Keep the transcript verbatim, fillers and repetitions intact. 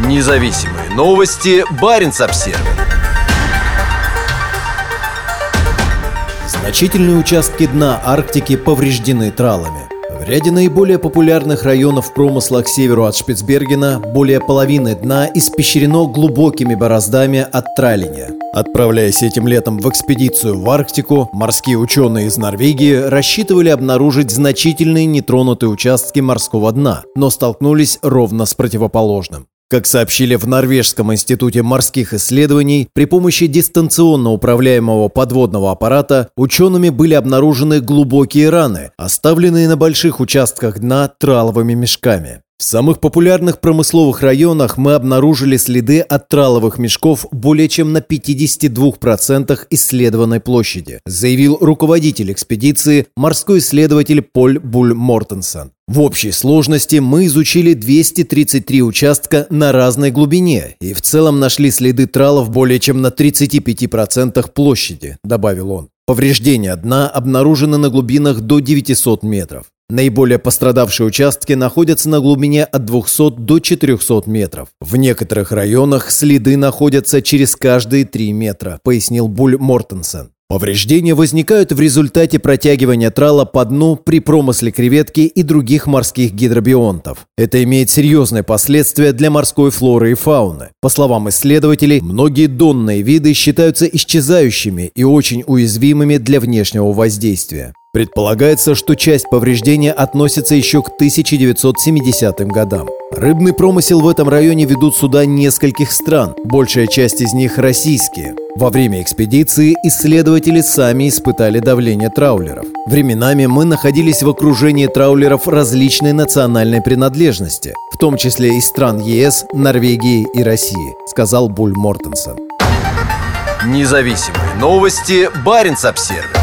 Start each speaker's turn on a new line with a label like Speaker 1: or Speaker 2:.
Speaker 1: Независимые новости. Баренц-Обсервис.
Speaker 2: Значительные участки дна Арктики повреждены тралами. В ряде наиболее популярных районов промысла к северу от Шпицбергена более половины дна испещрено глубокими бороздами от траления. Отправляясь этим летом в экспедицию в Арктику, морские ученые из Норвегии рассчитывали обнаружить значительные нетронутые участки морского дна, но столкнулись ровно с противоположным. Как сообщили в Норвежском институте морских исследований, при помощи дистанционно управляемого подводного аппарата учеными были обнаружены глубокие раны, оставленные на больших участках дна траловыми мешками. В самых популярных промысловых районах мы обнаружили следы от траловых мешков более чем на пятидесяти двух процентах исследованной площади, заявил руководитель экспедиции, морской исследователь Поль Буль Мортенсен. В общей сложности мы изучили двести тридцать три участка на разной глубине и в целом нашли следы тралов более чем на тридцати пяти процентах площади, добавил он. Повреждения дна обнаружены на глубинах до девятисот метров. Наиболее пострадавшие участки находятся на глубине от двухсот до четырехсот метров. В некоторых районах следы находятся через каждые три метра, пояснил Буль Мортенсен. Повреждения возникают в результате протягивания трала по дну при промысле креветки и других морских гидробионтов. Это имеет серьезные последствия для морской флоры и фауны. По словам исследователей, многие донные виды считаются исчезающими и очень уязвимыми для внешнего воздействия. Предполагается, что часть повреждения относится еще к тысяча девятьсот семидесятым годам. Рыбный промысел в этом районе ведут суда нескольких стран, большая часть из них российские. Во время экспедиции исследователи сами испытали давление траулеров. Временами мы находились в окружении траулеров различной национальной принадлежности, в том числе из стран ЕС, Норвегии и России, сказал Буль Мортенсен.
Speaker 1: Независимые новости. Баренц-Обсервис.